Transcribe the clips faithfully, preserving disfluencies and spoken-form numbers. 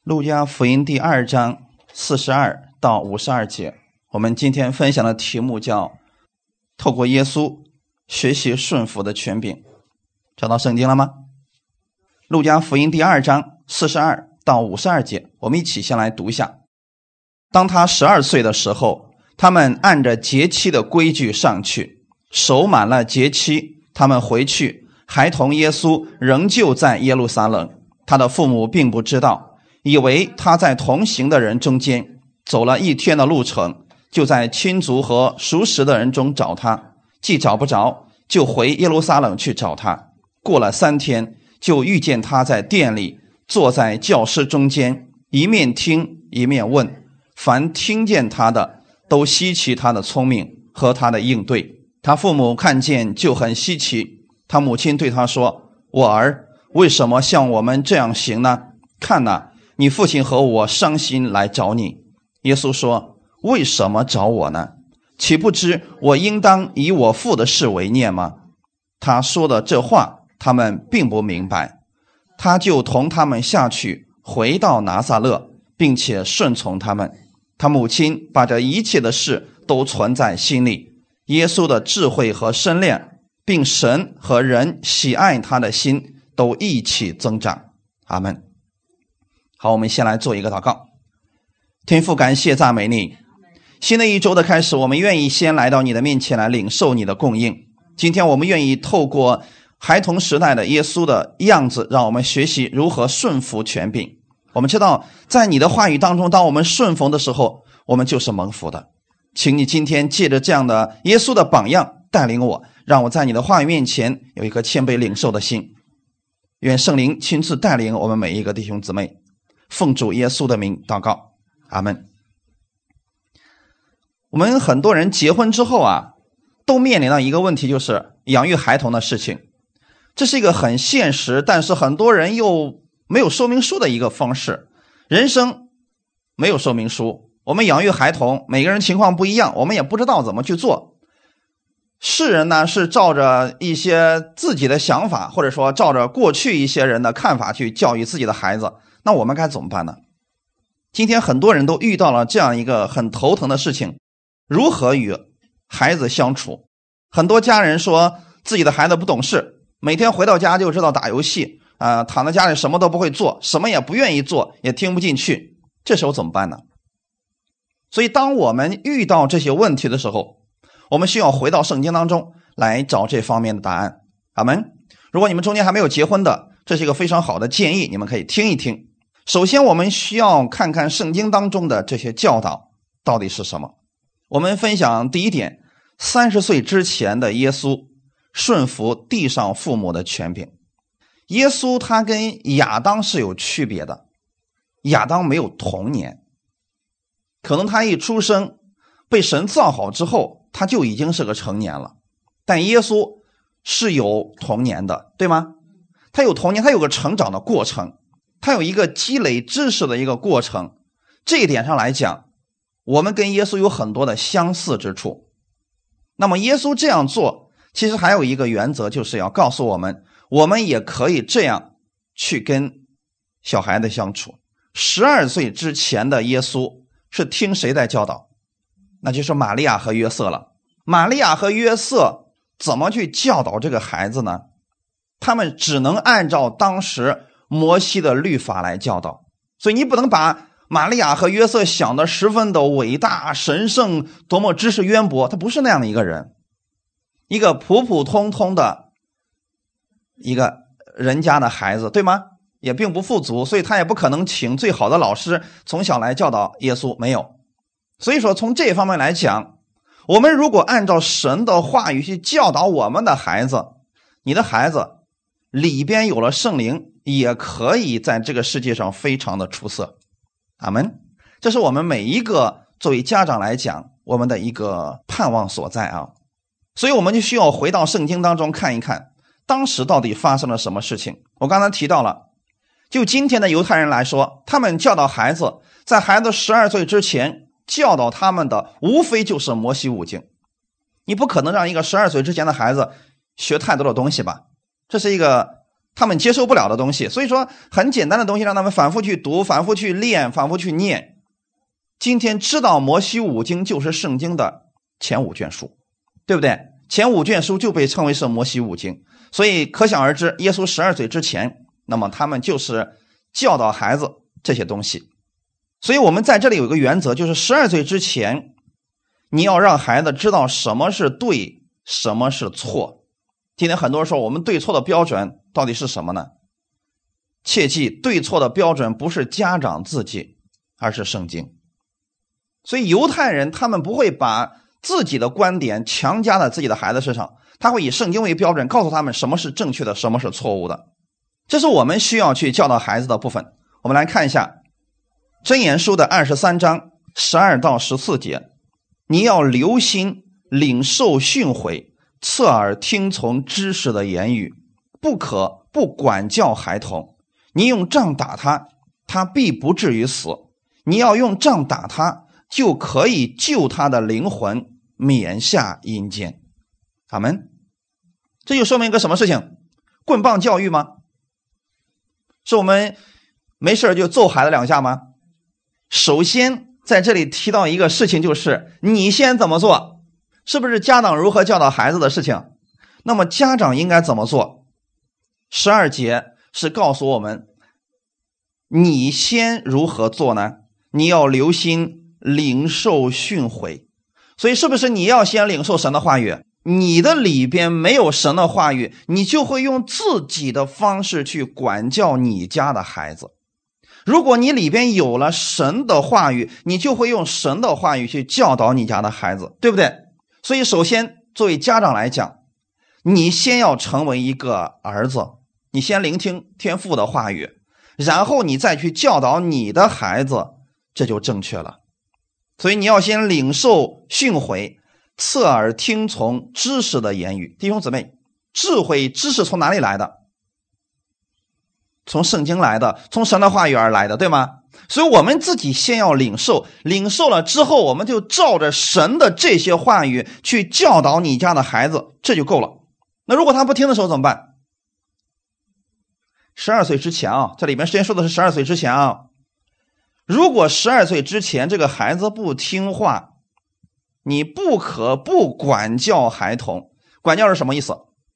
路加福音第二章四十二到五十二节，我们今天分享的题目叫透过耶稣学习顺服的权柄。找到圣经了吗？路加福音第二章四十二到五十二节，我们一起先来读一下。当他十二岁的时候，他们按着节期的规矩上去，守满了节期，他们回去，孩童耶稣仍旧在耶路撒冷。他的父母并不知道，以为他在同行的人中间走了一天的路程，就在亲族和熟识的人中找他，既找不着，就回耶路撒冷去找他。过了三天，就遇见他在店里，坐在教师中间，一面听一面问。凡听见他的，都稀奇他的聪明和他的应对。他父母看见就很稀奇。他母亲对他说：我儿，为什么像我们这样行呢？看哪，你父亲和我伤心来找你。耶稣说：为什么找我呢？岂不知我应当以我父的事为念吗？他说的这话他们并不明白。他就同他们下去，回到拿撒勒，并且顺从他们。他母亲把这一切的事都存在心里。耶稣的智慧和身量，并神和人喜爱他的心，都一起增长。阿们。好，我们先来做一个祷告。天父，感谢赞美你，新的一周的开始，我们愿意先来到你的面前来领受你的供应。今天我们愿意透过孩童时代的耶稣的样子，让我们学习如何顺服权柄。我们知道在你的话语当中，当我们顺服的时候，我们就是蒙福的。请你今天借着这样的耶稣的榜样带领我，让我在你的话语面前有一颗谦卑领受的心。愿圣灵亲自带领我们每一个弟兄姊妹，奉主耶稣的名祷告，阿们。我们很多人结婚之后啊，都面临到一个问题，就是养育孩童的事情。这是一个很现实，但是很多人又没有说明书的一个方式。人生没有说明书，我们养育孩童，每个人情况不一样，我们也不知道怎么去做。世人呢是照着一些自己的想法，或者说照着过去一些人的看法去教育自己的孩子，那我们该怎么办呢？今天很多人都遇到了这样一个很头疼的事情，如何与孩子相处。很多家人说自己的孩子不懂事，每天回到家就知道打游戏啊、呃，躺在家里什么都不会做，什么也不愿意做，也听不进去。这时候怎么办呢？所以当我们遇到这些问题的时候，我们需要回到圣经当中来找这方面的答案。阿们。如果你们中间还没有结婚的，这是一个非常好的建议，你们可以听一听。首先我们需要看看圣经当中的这些教导到底是什么。我们分享第一点，三十岁之前的耶稣顺服地上父母的权柄。耶稣他跟亚当是有区别的，亚当没有童年，可能他一出生被神造好之后，他就已经是个成年了。但耶稣是有童年的，对吗？他有童年，他有个成长的过程，他有一个积累知识的一个过程。这一点上来讲，我们跟耶稣有很多的相似之处。那么耶稣这样做，其实还有一个原则，就是要告诉我们，我们也可以这样去跟小孩子相处。十二岁之前的耶稣是听谁在教导？那就是玛利亚和约瑟了。玛利亚和约瑟怎么去教导这个孩子呢？他们只能按照当时摩西的律法来教导。所以你不能把玛利亚和约瑟想得十分的伟大神圣，多么知识渊博，他不是那样的一个人。一个普普通通的一个人家的孩子，对吗？也并不富足，所以他也不可能请最好的老师从小来教导耶稣，没有。所以说从这方面来讲，我们如果按照神的话语去教导我们的孩子，你的孩子里边有了圣灵，也可以在这个世界上非常的出色。阿们。这是我们每一个作为家长来讲，我们的一个盼望所在啊。所以我们就需要回到圣经当中看一看，当时到底发生了什么事情。我刚才提到了，就今天的犹太人来说，他们教导孩子，在孩子十二岁之前教导他们的无非就是摩西五经。你不可能让一个十二岁之前的孩子学太多的东西吧，这是一个他们接受不了的东西。所以说很简单的东西让他们反复去读，反复去练，反复去念。今天知道摩西五经就是圣经的前五卷书，对不对？前五卷书就被称为是摩西五经。所以可想而知，耶稣十二岁之前，那么他们就是教导孩子这些东西。所以我们在这里有一个原则，就是十二岁之前你要让孩子知道什么是对，什么是错。今天很多人说我们对错的标准到底是什么呢？切记，对错的标准不是家长自己，而是圣经。所以犹太人他们不会把自己的观点强加在自己的孩子身上，他会以圣经为标准，告诉他们什么是正确的，什么是错误的。这是我们需要去教导孩子的部分。我们来看一下箴言书的二十三章十二到十四节，你要留心领受训诲，侧耳听从知识的言语，不可不管教孩童。你用杖打他，他必不至于死；你要用杖打他，就可以救他的灵魂免下阴间。阿们。这就说明一个什么事情？棍棒教育吗？是我们没事就揍孩子两下吗？首先在这里提到一个事情，就是你先怎么做，是不是家长如何教导孩子的事情？那么家长应该怎么做？十二节是告诉我们你先如何做呢？你要留心领受训诲。所以是不是你要先领受神的话语？你的里边没有神的话语，你就会用自己的方式去管教你家的孩子。如果你里边有了神的话语，你就会用神的话语去教导你家的孩子，对不对？所以首先作为家长来讲，你先要成为一个儿子，你先聆听天父的话语，然后你再去教导你的孩子，这就正确了。所以你要先领受训诲，侧耳听从知识的言语。弟兄姊妹，智慧知识从哪里来的？从圣经来的，从神的话语而来的，对吗？所以我们自己先要领受，领受了之后，我们就照着神的这些话语去教导你家的孩子，这就够了。那如果他不听的时候怎么办？十二岁之前啊，这里面时间说的是十二岁之前啊。如果十二岁之前这个孩子不听话，你不可不管教孩童。管教是什么意思？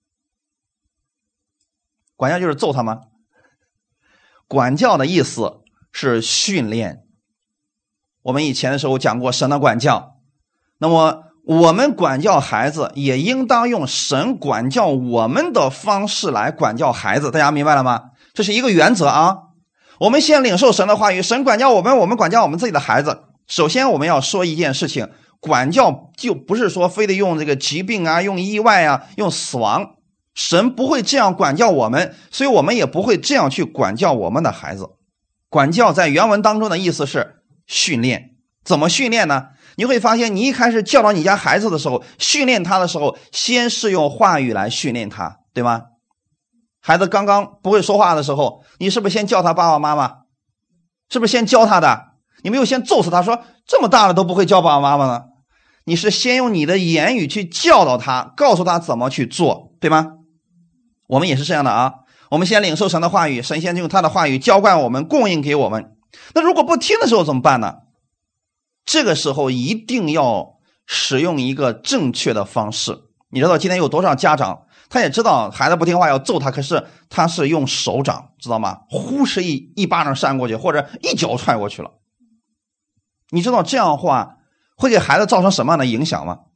管教就是揍他吗？管教的意思是训练。我们以前的时候讲过神的管教，那么我们管教孩子也应当用神管教我们的方式来管教孩子，大家明白了吗？这是一个原则啊。我们先领受神的话语，神管教我们，我们管教我们自己的孩子。首先我们要说一件事情，管教就不是说非得用这个疾病啊，用意外啊，用死亡。神不会这样管教我们，所以我们也不会这样去管教我们的孩子。管教在原文当中的意思是训练。怎么训练呢？你会发现你一开始教导你家孩子的时候，训练他的时候，先是用话语来训练他，对吗？孩子刚刚不会说话的时候，你是不是先叫他爸爸妈妈？是不是先教他的？你没有先揍死他，说这么大了都不会叫爸爸妈妈呢？你是先用你的言语去教导他，告诉他怎么去做，对吗？我们也是这样的啊，我们先领受神的话语，神先用他的话语浇灌我们，供应给我们。那如果不听的时候怎么办呢？这个时候一定要使用一个正确的方式。你知道今天有多少家长，他也知道孩子不听话要揍他，可是他是用手掌，知道吗？呼是一一巴掌扇过去，或者一脚踹过去了。你知道这样的话会给孩子造成什么样的影响吗？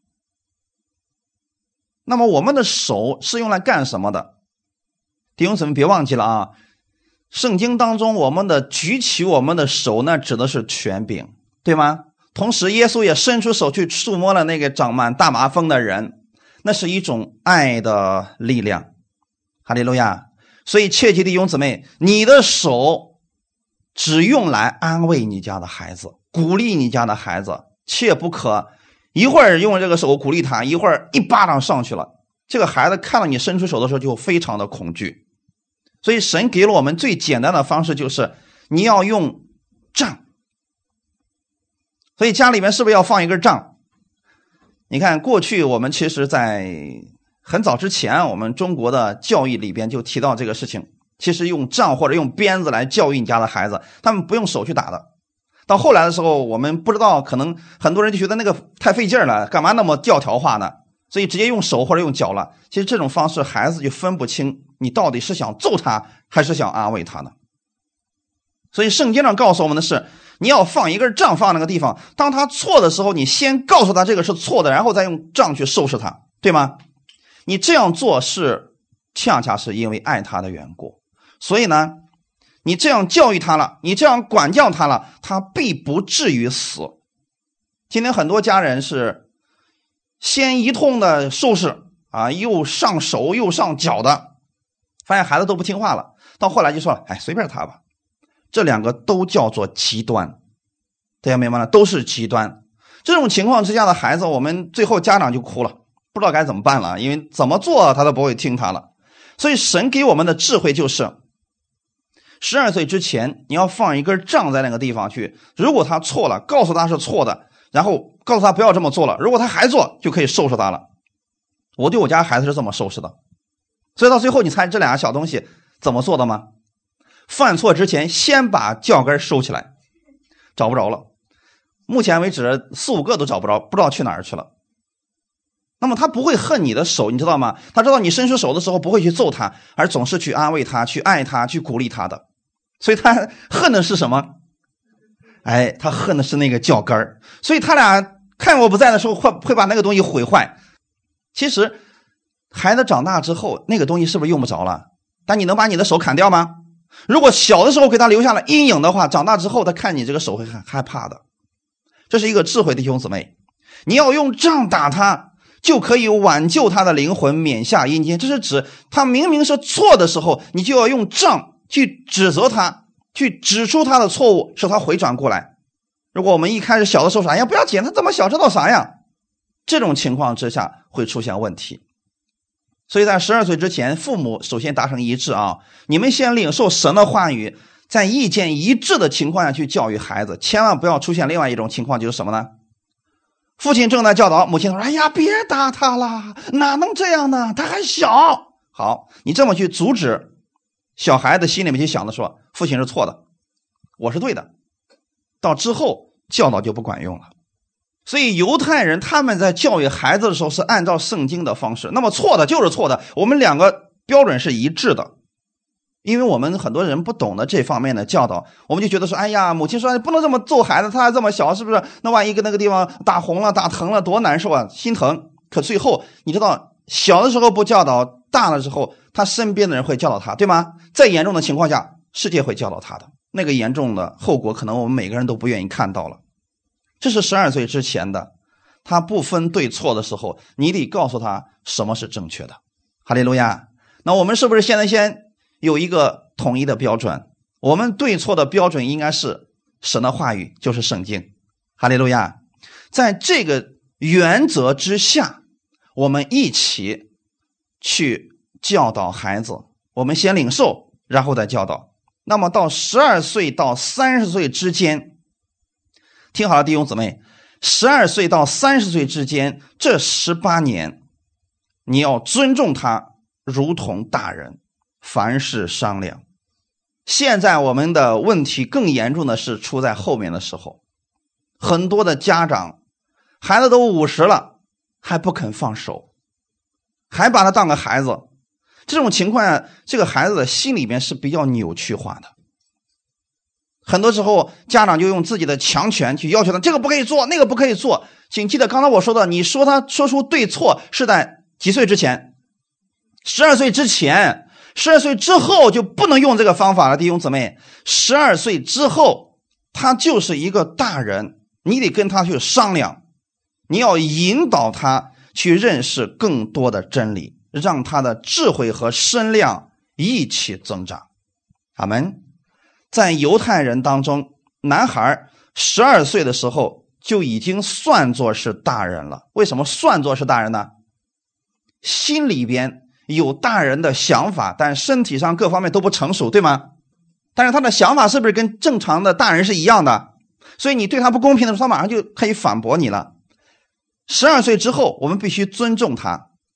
那么我们的手是用来干什么的？弟兄姊妹别忘记了啊，圣经当中我们的举起我们的手，那指的是权柄，对吗？同时耶稣也伸出手去触摸了那个长满大麻风的人，那是一种爱的力量。哈利路亚。所以切记弟兄姊妹，你的手只用来安慰你家的孩子，鼓励你家的孩子，切不可一会儿用这个手鼓励他，一会儿一巴掌上去了，这个孩子看到你伸出手的时候就非常的恐惧。所以神给了我们最简单的方式，就是你要用杖。所以家里面是不是要放一根杖？你看过去我们其实在很早之前我们中国的教育里边就提到这个事情，其实用杖或者用鞭子来教育你家的孩子，他们不用手去打的。到后来的时候，我们不知道，可能很多人就觉得那个太费劲了，干嘛那么教条化呢？所以直接用手或者用脚了。其实这种方式孩子就分不清你到底是想揍他还是想安慰他呢。所以圣经上告诉我们的是，你要放一根杖放那个地方，当他错的时候，你先告诉他这个是错的，然后再用杖去收拾他，对吗？你这样做是恰恰是因为爱他的缘故。所以呢，你这样教育他了，你这样管教他了，他必不至于死。今天很多家人是先一通的收拾啊，又上手又上脚的，发现孩子都不听话了，到后来就说了，哎，随便他吧。这两个都叫做极端，大家明白了，都是极端。这种情况之下的孩子，我们最后家长就哭了，不知道该怎么办了，因为怎么做他都不会听他了。所以神给我们的智慧就是十二岁之前你要放一根杖在那个地方去，如果他错了告诉他是错的，然后告诉他不要这么做了，如果他还做就可以收拾他了。我对我家孩子是这么收拾的。所以到最后你猜这两个小东西怎么做的吗？犯错之前先把教根收起来，找不着了，目前为止四五个都找不着，不知道去哪儿去了。那么他不会恨你的手，你知道吗？他知道你伸出手的时候不会去揍他，而总是去安慰他，去爱他，去鼓励他的。所以他恨的是什么？哎，他恨的是那个教根儿。所以他俩看我不在的时候会会把那个东西毁坏。其实孩子长大之后那个东西是不是用不着了？但你能把你的手砍掉吗？如果小的时候给他留下了阴影的话，长大之后他看你这个手会很害怕的。这是一个智慧弟兄姊妹，你要用杖打他，就可以挽救他的灵魂免下阴间。这是指他明明是错的时候，你就要用杖去指责他，去指出他的错误，使他回转过来。如果我们一开始小的时候说，哎呀不要紧，他这么小知道啥呀，这种情况之下会出现问题。所以在十二岁之前，父母首先达成一致啊，你们先领受神的话语，在意见一致的情况下去教育孩子，千万不要出现另外一种情况，就是什么呢？父亲正在教导，母亲说，哎呀别打他了，哪能这样呢，他还小。好，你这么去阻止，小孩子心里面就想着说，父亲是错的，我是对的，到之后教导就不管用了。所以犹太人他们在教育孩子的时候是按照圣经的方式，那么错的就是错的，我们两个标准是一致的。因为我们很多人不懂得这方面的教导，我们就觉得说，哎呀母亲说不能这么揍孩子，他还这么小，是不是？那万一跟那个地方打红了打疼了多难受啊，心疼。可最后你知道，小的时候不教导，大了之后他身边的人会教导他，对吗？再严重的情况下世界会教导他的，那个严重的后果可能我们每个人都不愿意看到了。这是十二岁之前的，他不分对错的时候，你得告诉他什么是正确的。哈利路亚。那我们是不是现在先有一个统一的标准？我们对错的标准应该是神的话语，就是圣经。哈利路亚。在这个原则之下，我们一起去教导孩子，我们先领受，然后再教导。那么到十二岁到三十岁之间，听好了弟兄姊妹，十二岁到三十岁之间这十八年，你要尊重他如同大人，凡事商量。现在我们的问题更严重的是出在后面的时候，很多的家长孩子都五十了还不肯放手，还把他当个孩子。这种情况下，这个孩子的心里面是比较扭曲化的。很多时候家长就用自己的强权去要求他，这个不可以做，那个不可以做。请记得刚才我说的，你说他说出对错是在几岁之前？十二岁之前。十二岁之后就不能用这个方法了，弟兄姊妹。十二岁之后他就是一个大人，你得跟他去商量，你要引导他去认识更多的真理，让他的智慧和身量一起增长。阿们。在犹太人当中，男孩十二岁的时候就已经算作是大人了。为什么算作是大人呢？心里边有大人的想法，但身体上各方面都不成熟，对吗？但是他的想法是不是跟正常的大人是一样的？所以你对他不公平的时候，他马上就可以反驳你了。十二岁之后我们必须尊重他，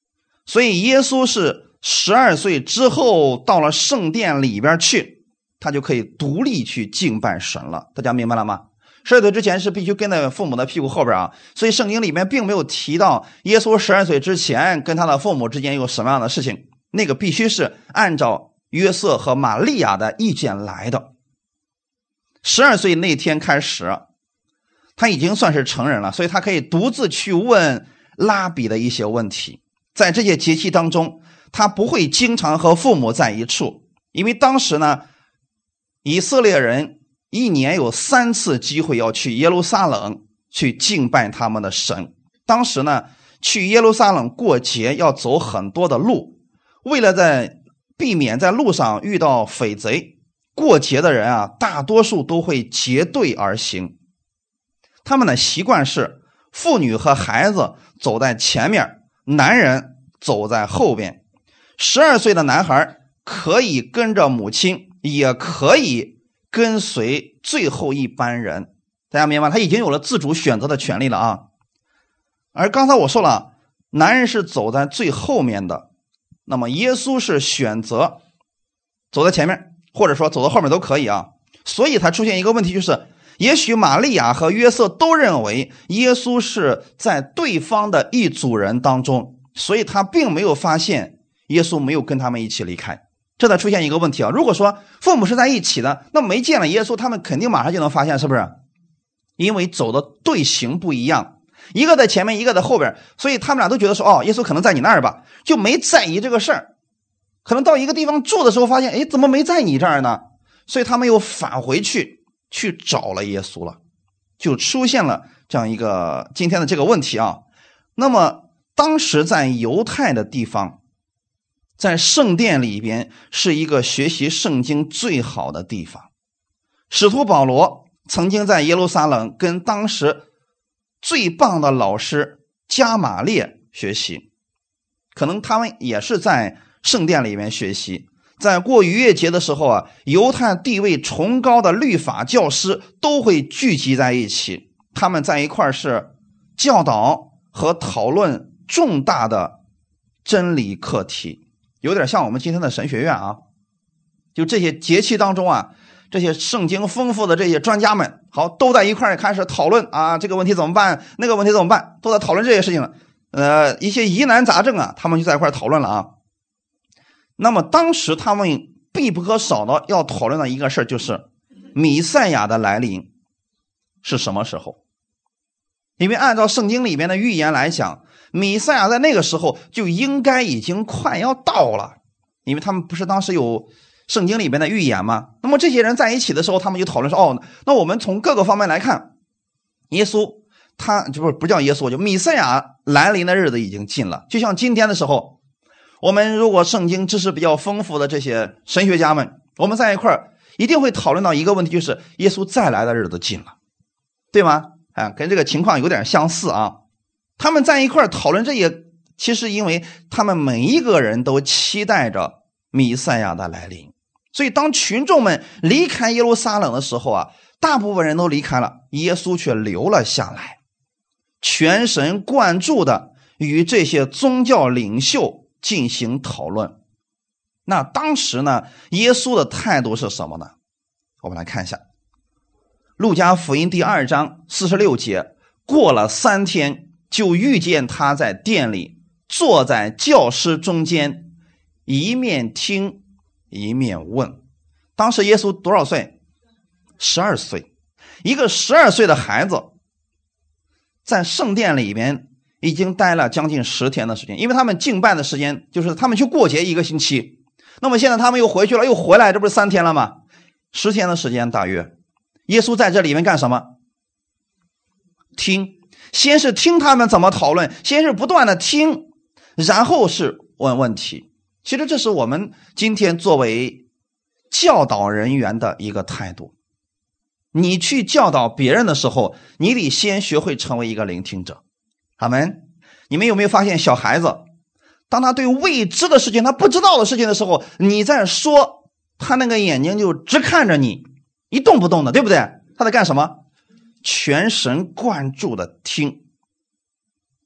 所以耶稣是十二岁之后到了圣殿里边去，他就可以独立去敬拜神了。大家明白了吗？十二岁之前是必须跟在父母的屁股后边啊，所以圣经里面并没有提到耶稣十二岁之前跟他的父母之间有什么样的事情，那个必须是按照约瑟和玛利亚的意见来的。十二岁那天开始，他已经算是成人了，所以他可以独自去问拉比的一些问题。在这些节期当中，他不会经常和父母在一处，因为当时呢，以色列人一年有三次机会要去耶路撒冷去敬拜他们的神。当时呢，去耶路撒冷过节要走很多的路，为了在避免在路上遇到匪贼，过节的人啊，大多数都会结队而行。他们的习惯是妇女和孩子走在前面，男人走在后边。十二岁的男孩可以跟着母亲，也可以跟随最后一班人。大家明白，他已经有了自主选择的权利了啊。而刚才我说了，男人是走在最后面的，那么耶稣是选择走在前面，或者说走到后面都可以啊。所以才出现一个问题，就是也许玛利亚和约瑟都认为耶稣是在对方的一组人当中，所以他并没有发现耶稣没有跟他们一起离开。这才出现一个问题啊，如果说父母是在一起的，那没见了耶稣，他们肯定马上就能发现，是不是？因为走的队形不一样，一个在前面，一个在后边，所以他们俩都觉得说，哦，耶稣可能在你那儿吧，就没在意这个事儿。可能到一个地方住的时候发现，诶，怎么没在你这儿呢？所以他们又返回去去找了耶稣了，就出现了这样一个今天的这个问题啊。那么当时在犹太的地方，在圣殿里边是一个学习圣经最好的地方。使徒保罗曾经在耶路撒冷跟当时最棒的老师加玛列学习，可能他们也是在圣殿里面学习。在过逾越节的时候啊，犹太地位崇高的律法教师都会聚集在一起，他们在一块是教导和讨论重大的真理课题，有点像我们今天的神学院啊。就这些节期当中啊，这些圣经丰富的这些专家们，好，都在一块开始讨论啊，这个问题怎么办，那个问题怎么办，都在讨论这些事情了。呃，一些疑难杂症啊，他们就在一块讨论了啊。那么当时他们必不可少的要讨论的一个事儿，就是弥赛亚的来临是什么时候。因为按照圣经里面的预言来讲，弥赛亚在那个时候就应该已经快要到了，因为他们不是当时有圣经里面的预言吗？那么这些人在一起的时候，他们就讨论说，哦，那我们从各个方面来看，耶稣他就不不叫耶稣，就弥赛亚来临的日子已经近了。就像今天的时候，我们如果圣经知识比较丰富的这些神学家们，我们在一块儿一定会讨论到一个问题，就是耶稣再来的日子近了，对吗？啊，跟这个情况有点相似啊。他们在一块儿讨论这些，其实因为他们每一个人都期待着弥赛亚的来临，所以当群众们离开耶路撒冷的时候啊，大部分人都离开了，耶稣却留了下来，全神贯注的与这些宗教领袖进行讨论。那当时呢，耶稣的态度是什么呢？我们来看一下路加福音第二章四十六节，过了三天，就遇见他在殿里坐在教师中间，一面听一面问。当时耶稣多少岁？十二岁。一个十二岁的孩子在圣殿里面已经待了将近十天的时间，因为他们敬拜的时间就是他们去过节一个星期，那么现在他们又回去了，又回来，这不是三天了吗？十天的时间大约。耶稣在这里面干什么？听，先是听他们怎么讨论，先是不断的听，然后是问问题。其实这是我们今天作为教导人员的一个态度。你去教导别人的时候，你得先学会成为一个聆听者。阿们。你们有没有发现小孩子当他对未知的事情，他不知道的事情的时候，你在说，他那个眼睛就直看着你，一动不动的，对不对？他在干什么？全神贯注的听。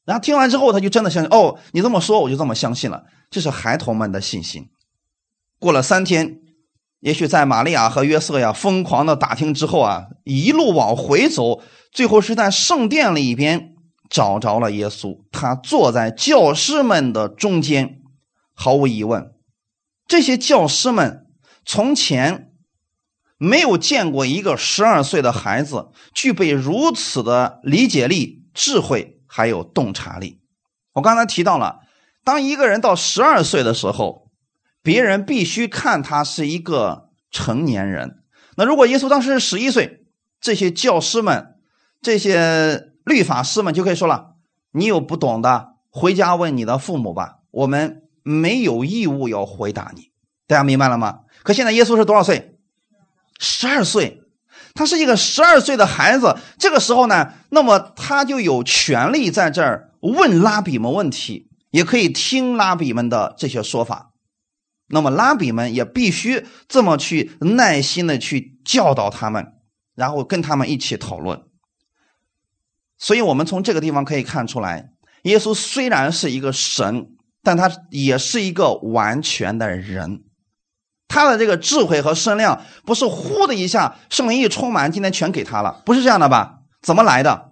然后听完之后他就真的相信，哦，你这么说我就这么相信了。这是孩童们的信心。过了三天，也许在玛利亚和约瑟呀疯狂的打听之后啊，一路往回走，最后是在圣殿里边找着了耶稣，他坐在教师们的中间。毫无疑问，这些教师们从前没有见过一个十二岁的孩子具备如此的理解力、智慧还有洞察力。我刚才提到了，当一个人到十二岁的时候，别人必须看他是一个成年人。那如果耶稣当时是十一岁，这些教师们、这些律法师们就可以说了，你有不懂的回家问你的父母吧，我们没有义务要回答你。大家明白了吗？可现在耶稣是多少岁？十二岁。他是一个十二岁的孩子，这个时候呢，那么他就有权利在这儿问拉比们问题，也可以听拉比们的这些说法。那么拉比们也必须这么去耐心的去教导他们，然后跟他们一起讨论。所以我们从这个地方可以看出来，耶稣虽然是一个神，但他也是一个完全的人。他的这个智慧和身量不是呼的一下圣灵一充满今天全给他了，不是这样的吧？怎么来的？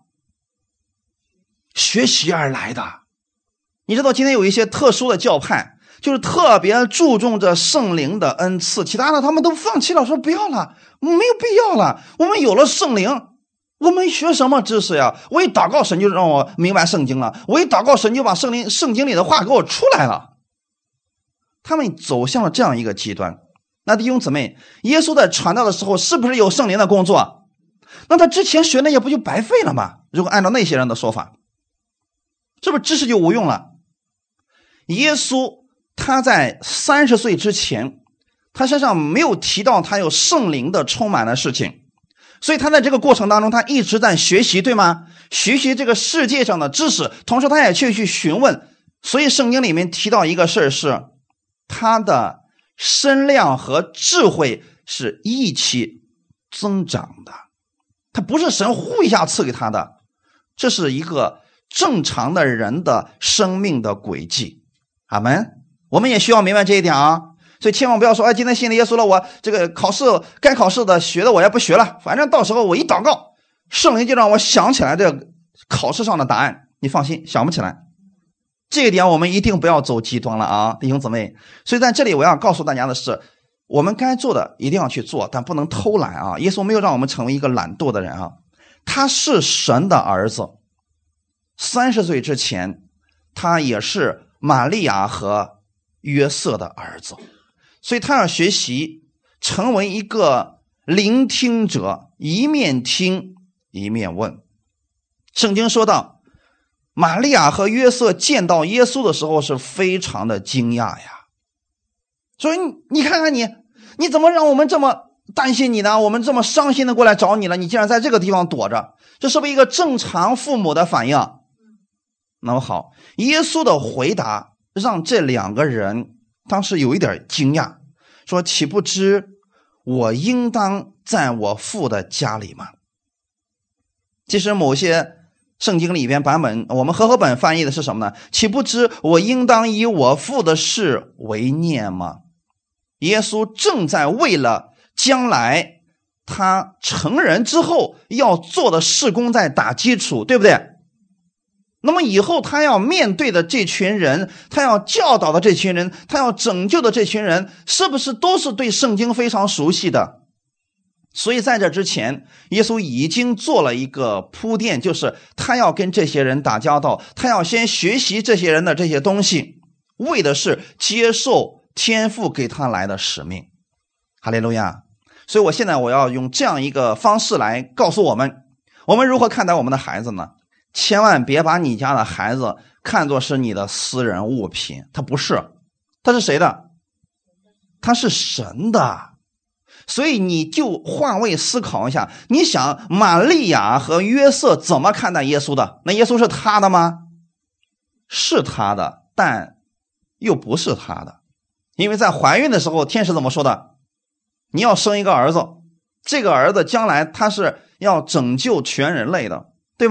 学习而来的。你知道今天有一些特殊的教派，就是特别注重着圣灵的恩赐，其他的他们都放弃了，说不要了，没有必要了，我们有了圣灵，我们学什么知识呀？我一祷告神就让我明白圣经了，我一祷告神就把圣灵圣经里的话给我出来了。他们走向了这样一个极端。那弟兄姊妹，耶稣在传道的时候是不是有圣灵的工作？那他之前学那些不就白费了吗？如果按照那些人的说法，是不是知识就无用了？耶稣他在三十岁之前，他身上没有提到他有圣灵的充满的事情，所以他在这个过程当中他一直在学习，对吗？学习这个世界上的知识，同时他也去去询问。所以圣经里面提到一个事是，他的身量和智慧是一起增长的，他不是神呼一下赐给他的，这是一个正常的人的生命的轨迹。阿们。我们也需要明白这一点啊，所以千万不要说，哎，今天信了耶稣了，我这个考试该考试的学的我也不学了，反正到时候我一祷告，圣灵就让我想起来这个考试上的答案。你放心，想不起来。这一点我们一定不要走极端了啊，弟兄姊妹。所以在这里我要告诉大家的是，我们该做的一定要去做，但不能偷懒啊。耶稣没有让我们成为一个懒惰的人啊，他是神的儿子。三十岁之前，他也是玛利亚和约瑟的儿子，所以他要学习成为一个聆听者，一面听一面问。圣经说到，玛利亚和约瑟见到耶稣的时候是非常的惊讶呀，所以你看看你你怎么让我们这么担心你呢？我们这么伤心的过来找你了，你竟然在这个地方躲着，这是不是一个正常父母的反应？那么好，耶稣的回答让这两个人当时有一点惊讶，说岂不知我应当在我父的家里吗？其实某些圣经里边版本，我们和合本翻译的是什么呢？岂不知我应当以我父的事为念吗？耶稣正在为了将来他成人之后要做的事工在打基础，对不对？那么以后他要面对的这群人，他要教导的这群人，他要拯救的这群人，是不是都是对圣经非常熟悉的？所以在这之前，耶稣已经做了一个铺垫，就是他要跟这些人打交道，他要先学习这些人的这些东西，为的是接受天父给他来的使命。哈利路亚！所以我现在我要用这样一个方式来告诉我们，我们如何看待我们的孩子呢？千万别把你家的孩子看作是你的私人物品，他不是，他是谁的？他是神的。所以你就换位思考一下，你想玛利亚和约瑟怎么看待耶稣的？那耶稣是他的吗？是他的，但又不是他的。因为在怀孕的时候，天使怎么说的？你要生一个儿子，这个儿子将来他是要拯救全人类的，对吗？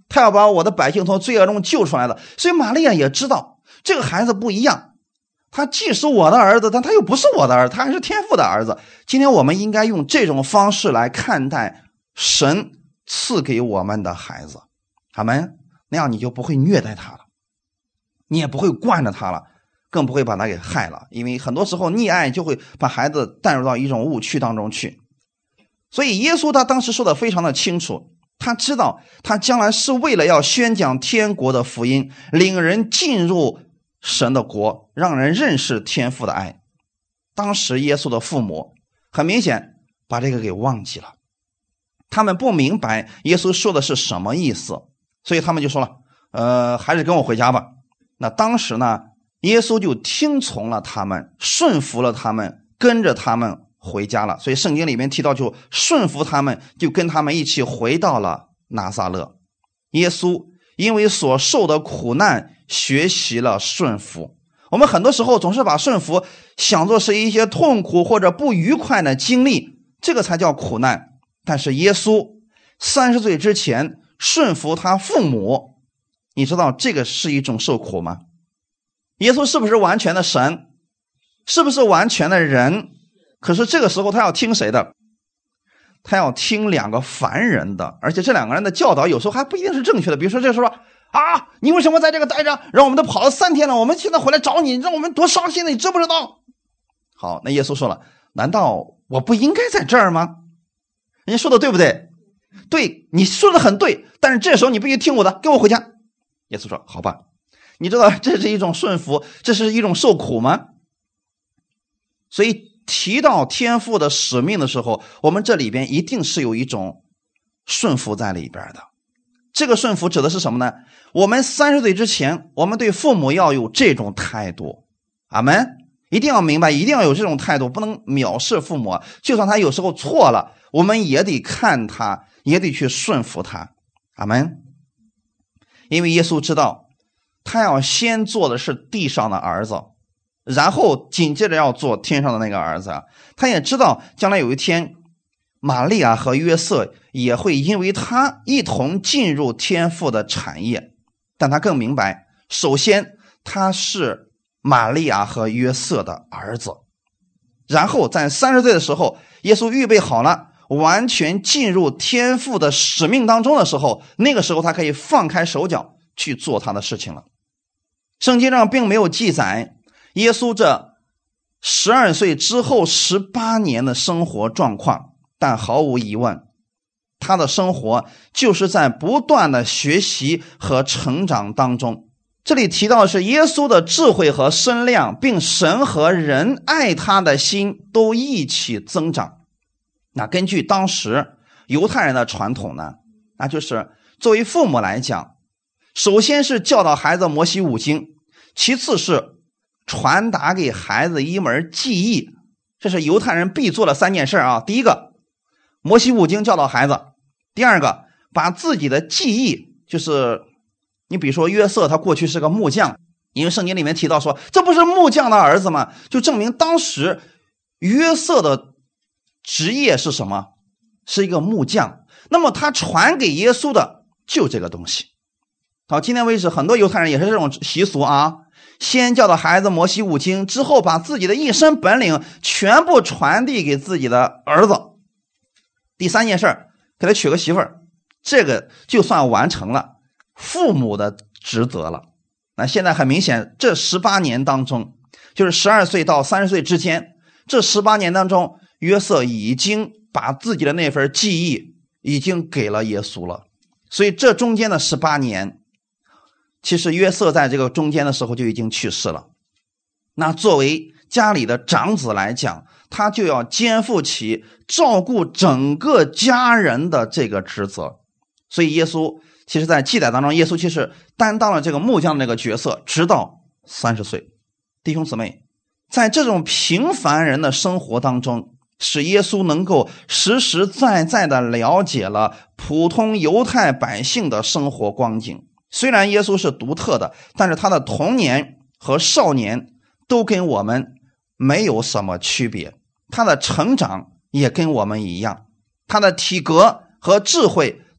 他要把我的百姓从罪恶中救出来的。所以玛利亚也知道这个孩子不一样，他既是我的儿子，但他又不是我的儿子，他还是天父的儿子。今天我们应该用这种方式来看待神赐给我们的孩子，阿们。那样你就不会虐待他了，你也不会惯着他了，更不会把他给害了。因为很多时候溺爱就会把孩子带入到一种误区当中去。所以耶稣他当时说的非常的清楚，他知道他将来是为了要宣讲天国的福音，领人进入神的国，让人认识天父的爱。当时耶稣的父母很明显把这个给忘记了，他们不明白耶稣说的是什么意思，所以他们就说了，呃，还是跟我回家吧。那当时呢，耶稣就听从了他们，顺服了他们，跟着他们回家了。所以圣经里面提到，就顺服他们，就跟他们一起回到了拿撒勒。耶稣因为所受的苦难学习了顺服。我们很多时候总是把顺服想作是一些痛苦或者不愉快的经历，这个才叫苦难。但是耶稣三十岁之前顺服他父母，你知道这个是一种受苦吗？耶稣是不是完全的神？是不是完全的人？可是这个时候他要听谁的？他要听两个凡人的，而且这两个人的教导有时候还不一定是正确的。比如说这个时候啊，你为什么在这个待着？让我们都跑了三天了，我们现在回来找你，让我们多伤心的，你知不知道？好，那耶稣说了，难道我不应该在这儿吗？人家说的对不对？对，你说的很对，但是这时候你必须听我的，跟我回家。耶稣说好吧。你知道这是一种顺服，这是一种受苦吗？所以提到天父的使命的时候，我们这里边一定是有一种顺服在里边的。这个顺服指的是什么呢？我们三十岁之前，我们对父母要有这种态度，阿们，一定要明白，一定要有这种态度，不能藐视父母。就算他有时候错了，我们也得看他，也得去顺服他，阿们。因为耶稣知道他要先做的是地上的儿子，然后紧接着要做天上的那个儿子。他也知道将来有一天玛利亚和约瑟也会因为他一同进入天父的产业，但他更明白，首先他是玛利亚和约瑟的儿子，然后在三十岁的时候，耶稣预备好了完全进入天父的使命当中的时候，那个时候他可以放开手脚去做他的事情了。圣经上并没有记载耶稣这十二岁之后十八年的生活状况，但毫无疑问，他的生活就是在不断的学习和成长当中。这里提到的是耶稣的智慧和身量，并神和人爱他的心都一起增长。那根据当时犹太人的传统呢，那就是作为父母来讲，首先是教导孩子摩西五经，其次是传达给孩子一门技艺，这是犹太人必做的三件事啊。第一个，摩西五经教导孩子；第二个，把自己的技艺，就是你比如说约瑟他过去是个木匠，因为圣经里面提到说这不是木匠的儿子吗？就证明当时约瑟的职业是什么？是一个木匠。那么他传给耶稣的就这个东西。好，今天为止很多犹太人也是这种习俗啊，先教导孩子摩西五经，之后把自己的一身本领全部传递给自己的儿子。第三件事，给他娶个媳妇儿，这个就算完成了父母的职责了。那现在很明显，这十八年当中，就是十二岁到三十岁之间，这十八年当中，约瑟已经把自己的那份技艺已经给了耶稣了。所以这中间的十八年，其实约瑟在这个中间的时候就已经去世了。那作为家里的长子来讲，他就要肩负起照顾整个家人的这个职责。所以耶稣其实在记载当中，耶稣其实担当了这个木匠的这个角色，直到三十岁。弟兄姊妹，在这种平凡人的生活当中，使耶稣能够实实在在的了解了普通犹太百姓的生活光景。虽然耶稣是独特的，但是他的童年和少年都跟我们没有什么区别，他的成长也跟我们一样，他的体格和智慧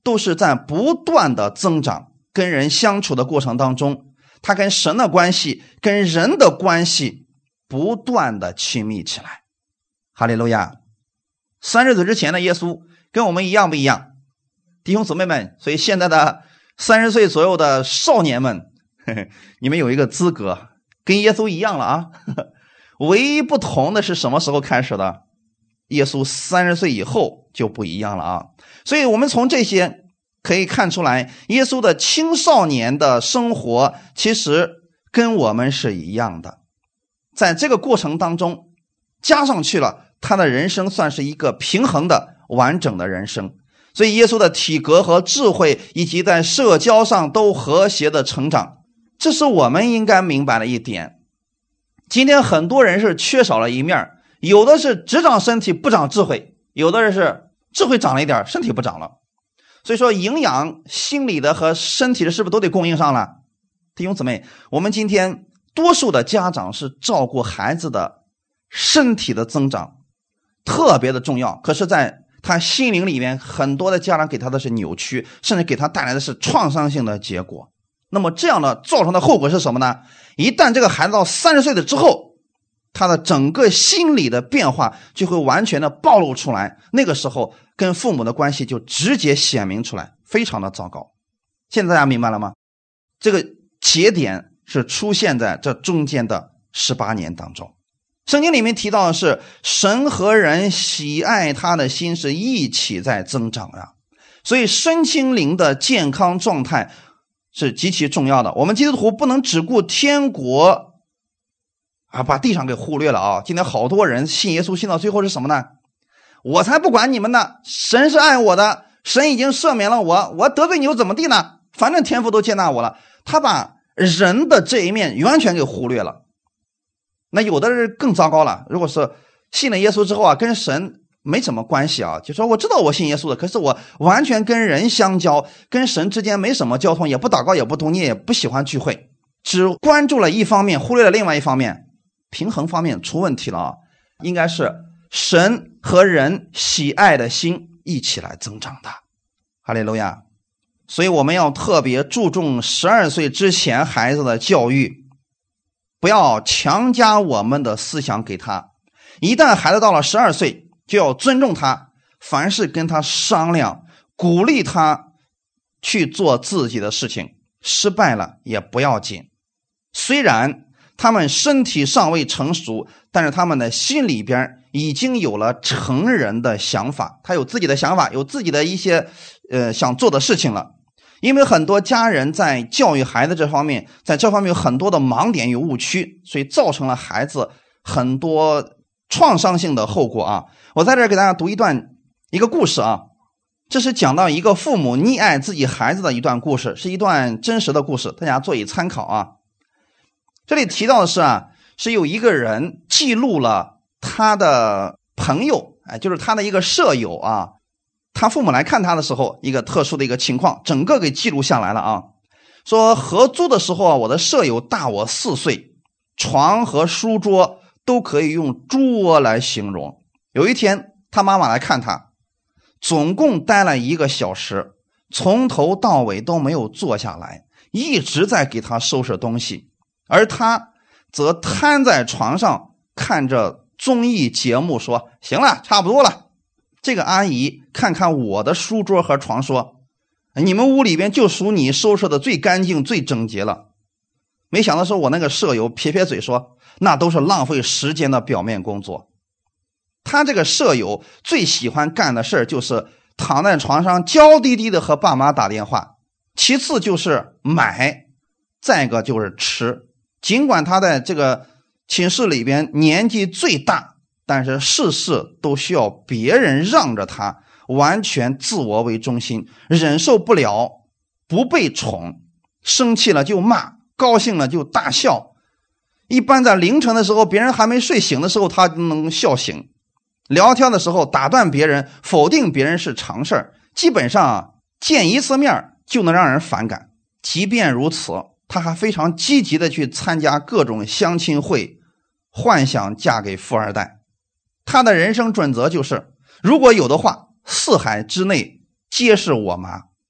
都是在不断的增长，跟人相处的过程当中，他跟神的关系跟人的关系不断的亲密起来。哈利路亚。三十岁之前的耶稣跟我们一样不一样？弟兄姊妹们，所以现在的三十岁左右的少年们，呵呵，你们有一个资格跟耶稣一样了啊。呵呵，唯一不同的是什么时候开始的？耶稣三十岁以后就不一样了啊。所以我们从这些可以看出来，耶稣的青少年的生活其实跟我们是一样的。在这个过程当中加上去了，他的人生算是一个平衡的完整的人生。所以耶稣的体格和智慧以及在社交上都和谐的成长，这是我们应该明白的一点。今天很多人是缺少了一面，有的是只长身体不长智慧，有的人是智慧长了一点身体不长了。所以说营养心理的和身体的是不是都得供应上了？弟兄姊妹，我们今天多数的家长是照顾孩子的身体的增长特别的重要，可是在他心灵里面很多的家长给他的是扭曲，甚至给他带来的是创伤性的结果。那么这样的造成的后果是什么呢？一旦这个孩子到三十岁的之后，他的整个心理的变化就会完全的暴露出来，那个时候跟父母的关系就直接显明出来，非常的糟糕。现在大家明白了吗？这个节点是出现在这中间的十八年当中。圣经里面提到的是神和人喜爱他的心是一起在增长啊，所以身心灵的健康状态是极其重要的。我们基督徒不能只顾天国啊，把地上给忽略了啊。今天好多人信耶稣信到最后是什么呢？我才不管你们呢，神是爱我的，神已经赦免了我，我得罪你又怎么地呢？反正天父都接纳我了。他把人的这一面完全给忽略了。那有的人更糟糕了，如果是信了耶稣之后啊，跟神没什么关系啊，就说我知道我信耶稣的，可是我完全跟人相交，跟神之间没什么交通，也不祷告，也不读念，也不喜欢聚会，只关注了一方面，忽略了另外一方面，平衡方面出问题了啊！应该是神和人喜爱的心一起来增长的。哈利路亚！所以我们要特别注重十二岁之前孩子的教育，不要强加我们的思想给他。一旦孩子到了十二岁，就要尊重他，凡事跟他商量，鼓励他去做自己的事情，失败了也不要紧。虽然他们身体尚未成熟，但是他们的心里边已经有了成人的想法，他有自己的想法，有自己的一些呃想做的事情了。因为很多家人在教育孩子这方面，在这方面有很多的盲点与误区，所以造成了孩子很多创伤性的后果啊。我在这儿给大家读一段一个故事啊，这是讲到一个父母溺爱自己孩子的一段故事，是一段真实的故事，大家做以参考啊。这里提到的是啊，是有一个人记录了他的朋友，哎，就是他的一个舍友啊，他父母来看他的时候，一个特殊的一个情况，整个给记录下来了啊。说合租的时候啊，我的舍友大我四岁，床和书桌都可以用猪窝来形容。有一天他妈妈来看他，总共待了一个小时，从头到尾都没有坐下来，一直在给他收拾东西，而他则瘫在床上看着综艺节目说，行了，差不多了。这个阿姨看看我的书桌和床说，你们屋里边就属你收拾的最干净最整洁了。没想到是我那个舍友撇撇嘴说，那都是浪费时间的表面工作。他这个舍友最喜欢干的事儿就是躺在床上娇滴滴的和爸妈打电话，其次就是买，再一个就是吃。尽管他在这个寝室里边年纪最大，但是事事都需要别人让着他，完全自我为中心，忍受不了不被宠，生气了就骂，高兴了就大笑。一般在凌晨的时候，别人还没睡醒的时候，他就能笑醒。聊天的时候打断别人，否定别人是常事儿，基本上见一次面就能让人反感。即便如此，他还非常积极的去参加各种相亲会，幻想嫁给富二代。他的人生准则就是，如果有的话，四海之内皆是我妈。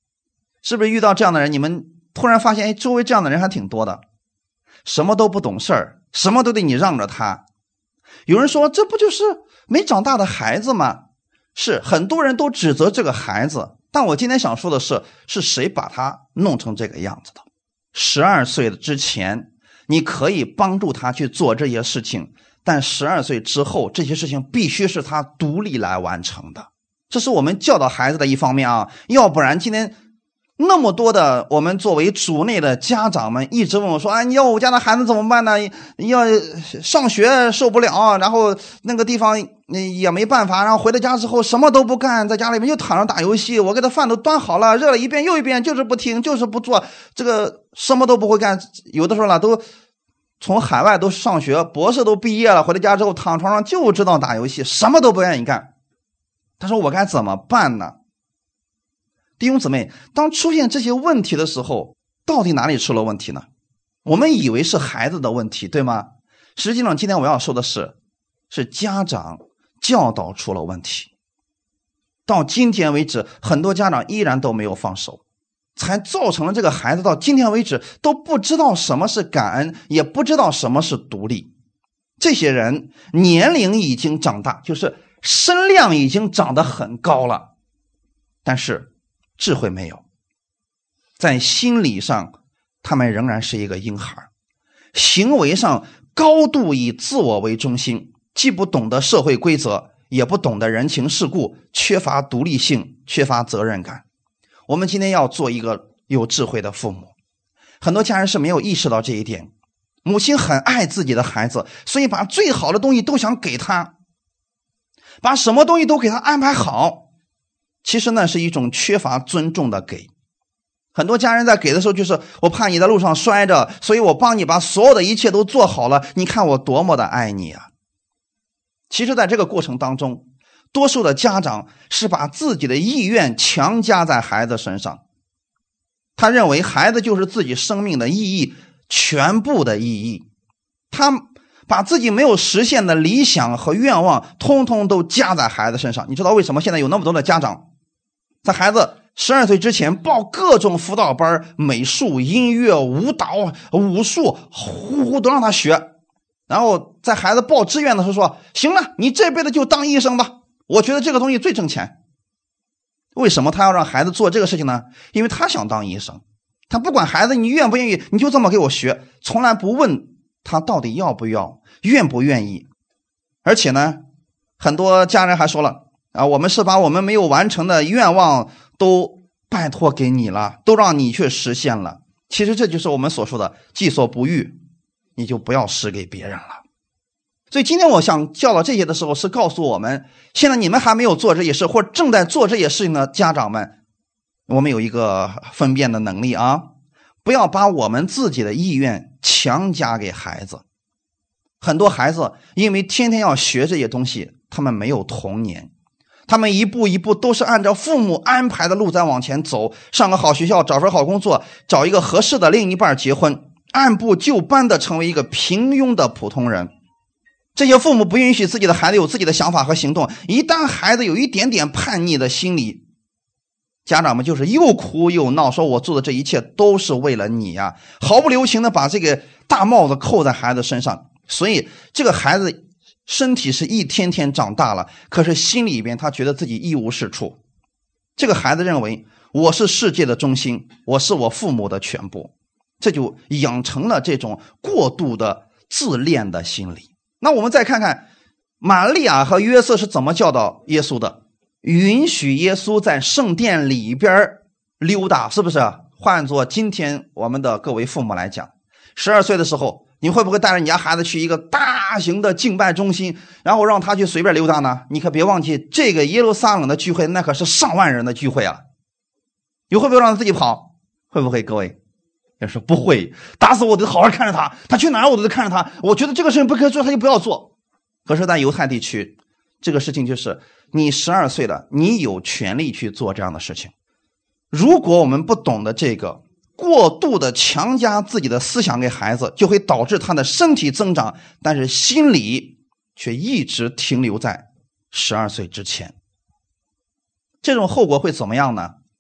是不是遇到这样的人，你们突然发现，哎，周围这样的人还挺多的，什么都不懂事儿，什么都得你让着他。有人说，这不就是没长大的孩子吗？是，很多人都指责这个孩子，但我今天想说的是，是谁把他弄成这个样子的？十二岁之前，你可以帮助他去做这些事情，但十二岁之后，这些事情必须是他独立来完成的。这是我们教导孩子的一方面啊，要不然今天那么多的我们作为主内的家长们一直问我说，哎，你要我家的孩子怎么办呢？要上学受不了，然后那个地方也没办法，然后回到家之后什么都不干，在家里面又躺着打游戏，我给他饭都端好了，热了一遍又一遍，就是不听，就是不做，这个什么都不会干。有的时候呢，都从海外都上学，博士都毕业了，回到家之后躺床上就知道打游戏，什么都不愿意干。他说我该怎么办呢？弟兄姊妹，当出现这些问题的时候，到底哪里出了问题呢？我们以为是孩子的问题，对吗？实际上今天我要说的是，是家长教导出了问题。到今天为止，很多家长依然都没有放手，才造成了这个孩子到今天为止都不知道什么是感恩，也不知道什么是独立。这些人年龄已经长大，就是身量已经长得很高了，但是智慧没有，在心理上他们仍然是一个婴孩，行为上高度以自我为中心，既不懂得社会规则，也不懂得人情世故，缺乏独立性，缺乏责任感。我们今天要做一个有智慧的父母，很多家人是没有意识到这一点。母亲很爱自己的孩子，所以把最好的东西都想给他，把什么东西都给他安排好，其实那是一种缺乏尊重的给。很多家人在给的时候，就是我怕你在路上摔着，所以我帮你把所有的一切都做好了，你看我多么的爱你啊。其实在这个过程当中，多数的家长是把自己的意愿强加在孩子身上，他认为孩子就是自己生命的意义，全部的意义。他把自己没有实现的理想和愿望通通都加在孩子身上。你知道为什么现在有那么多的家长在孩子十二岁之前报各种辅导班，美术、音乐、舞蹈、武术，呼呼都让他学，然后在孩子报志愿的时候说，行了，你这辈子就当医生吧，我觉得这个东西最挣钱。为什么他要让孩子做这个事情呢？因为他想当医生，他不管孩子你愿不愿意，你就这么给我学，从来不问他到底要不要，愿不愿意。而且呢，很多家人还说了啊，我们是把我们没有完成的愿望都拜托给你了，都让你去实现了。其实这就是我们所说的己所不欲，你就不要施给别人了。所以今天我想教导这些的时候，是告诉我们，现在你们还没有做这些事，或者正在做这些事情的家长们，我们有一个分辨的能力啊，不要把我们自己的意愿强加给孩子。很多孩子因为天天要学这些东西，他们没有童年，他们一步一步都是按照父母安排的路在往前走，上个好学校，找份好工作，找一个合适的另一半结婚，按部就班的成为一个平庸的普通人。这些父母不允许自己的孩子有自己的想法和行动，一旦孩子有一点点叛逆的心理，家长们就是又哭又闹，说我做的这一切都是为了你呀，毫不留情的把这个大帽子扣在孩子身上。所以这个孩子身体是一天天长大了，可是心里边他觉得自己一无是处。这个孩子认为我是世界的中心，我是我父母的全部，这就养成了这种过度的自恋的心理。那我们再看看玛利亚和约瑟是怎么教导耶稣的，允许耶稣在圣殿里边溜达，是不是？换作今天我们的各位父母来讲，十二岁的时候，你会不会带着你家孩子去一个大型的敬拜中心，然后让他去随便溜达呢？你可别忘记，这个耶路撒冷的聚会那可是上万人的聚会啊，你会不会让他自己跑？会不会？各位要说不会，打死我得好好看着他，他去哪儿我都得看着他，我觉得这个事情不可以做，他就不要做。可是在犹太地区，这个事情就是你十二岁了，你有权利去做这样的事情。如果我们不懂得这个，过度的强加自己的思想给孩子，就会导致他的身体增长，但是心理却一直停留在十二岁之前。这种后果会怎么样呢？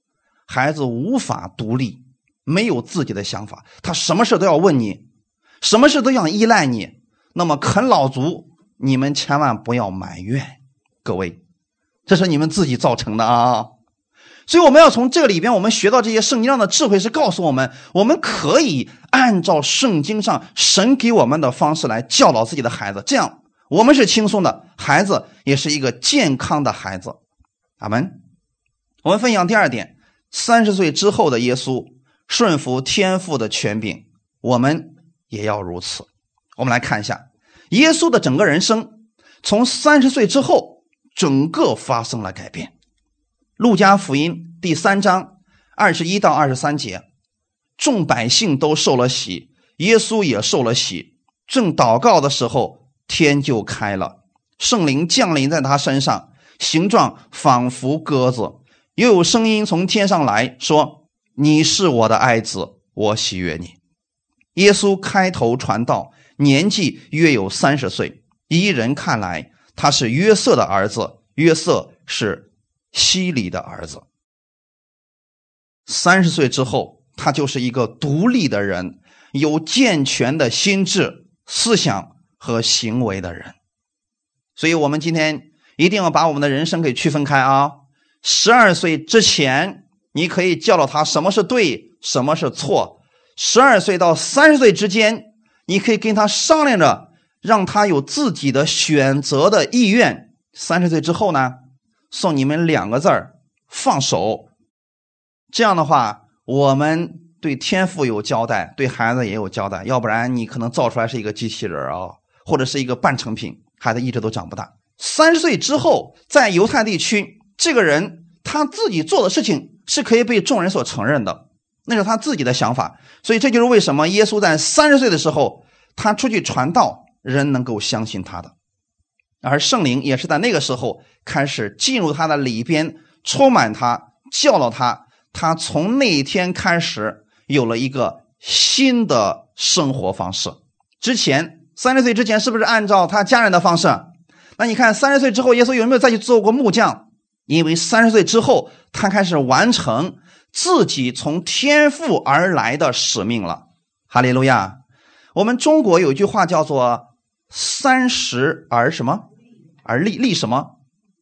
孩子无法独立，没有自己的想法，他什么事都要问你，什么事都想依赖你，那么啃老族你们千万不要埋怨，各位，这是你们自己造成的啊。所以我们要从这个里边我们学到这些圣经上的智慧，是告诉我们我们可以按照圣经上神给我们的方式来教导自己的孩子，这样我们是轻松的，孩子也是一个健康的孩子。阿们。我们分享第二点，三十岁之后的耶稣顺服天父的权柄，我们也要如此。我们来看一下耶稣的整个人生，从三十岁之后整个发生了改变。路加福音第三章二十一到二十三节，众百姓都受了洗，耶稣也受了洗。正祷告的时候，天就开了，圣灵降临在他身上，形状仿佛鸽子，又有声音从天上来说，你是我的爱子，我喜悦你。耶稣开头传道，年纪约有三十岁，依人看来他是约瑟的儿子，约瑟是希里的儿子。三十岁之后，他就是一个独立的人，有健全的心智、思想和行为的人。所以我们今天一定要把我们的人生给区分开啊。十二岁之前你可以教导他什么是对，什么是错。十二岁到三十岁之间，你可以跟他商量着，让他有自己的选择的意愿。三十岁之后呢，送你们两个字儿，放手。这样的话，我们对天父有交代，对孩子也有交代，要不然你可能造出来是一个机器人啊，或者是一个半成品，孩子一直都长不大。三十岁之后，在犹太地区，这个人他自己做的事情是可以被众人所承认的，那是他自己的想法。所以这就是为什么耶稣在三十岁的时候，他出去传道，人能够相信他的。而圣灵也是在那个时候开始进入他的里边，充满他，教导他，他从那一天开始有了一个新的生活方式。之前三十岁之前是不是按照他家人的方式？那你看三十岁之后耶稣有没有再去做过木匠？因为三十岁之后他开始完成自己从天父而来的使命了。哈利路亚。我们中国有一句话叫做三十而什么而立，立什么？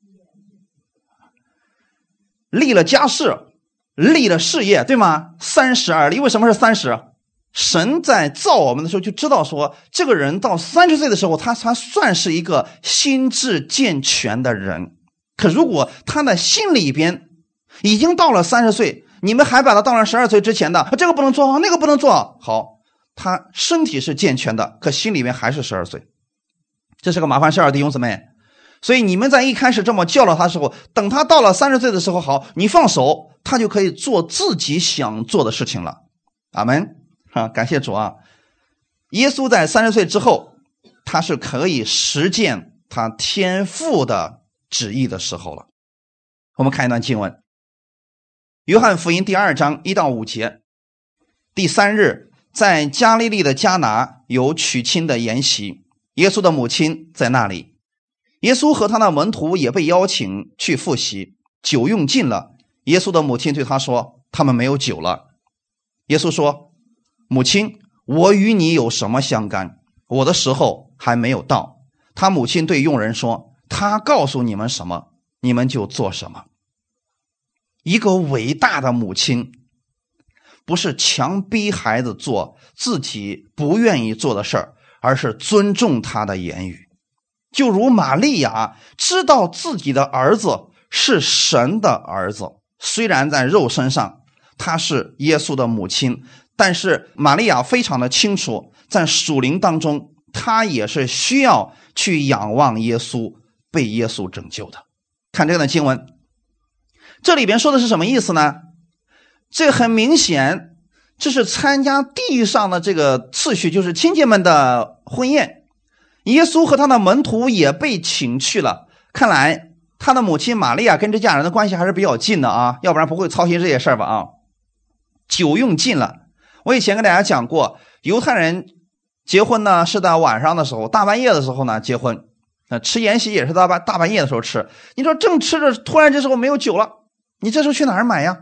立了家室，立了事业，对吗？三十而立。为什么是三十？神在造我们的时候就知道说，这个人到三十岁的时候，他他算是一个心智健全的人。可如果他的心里边已经到了三十岁，你们还把他当成十二岁之前的，这个不能做，那个不能做，好，他身体是健全的，可心里面还是十二岁，这是个麻烦事儿，弟兄姊妹。所以你们在一开始这么教导他的时候，等他到了三十岁的时候，好，你放手，他就可以做自己想做的事情了。阿们。啊，感谢主啊！耶稣在三十岁之后，他是可以实践他天父的旨意的时候了。我们看一段经文，约翰福音第二章一到五节。第三日，在加利利的迦拿有娶亲的筵席，耶稣的母亲在那里。耶稣和他的门徒也被邀请去赴席，酒用尽了，耶稣的母亲对他说，他们没有酒了。耶稣说，母亲，我与你有什么相干？我的时候还没有到。他母亲对佣人说，他告诉你们什么，你们就做什么。一个伟大的母亲，不是强逼孩子做自己不愿意做的事儿，而是尊重他的言语。就如玛利亚知道自己的儿子是神的儿子，虽然在肉身上他是耶稣的母亲，但是玛利亚非常的清楚，在属灵当中他也是需要去仰望耶稣，被耶稣拯救的。看这个经文，这里边说的是什么意思呢？这个很明显，这是参加地上的这个次序，就是亲戚们的婚宴，耶稣和他的门徒也被请去了。看来他的母亲玛利亚跟这家人的关系还是比较近的啊，要不然不会操心这些事儿吧啊。酒用尽了，我以前跟大家讲过，犹太人结婚呢是在晚上的时候，大半夜的时候呢结婚，那吃筵席也是大半大半夜的时候吃。你说正吃着，突然这时候没有酒了，你这时候去哪儿买呀？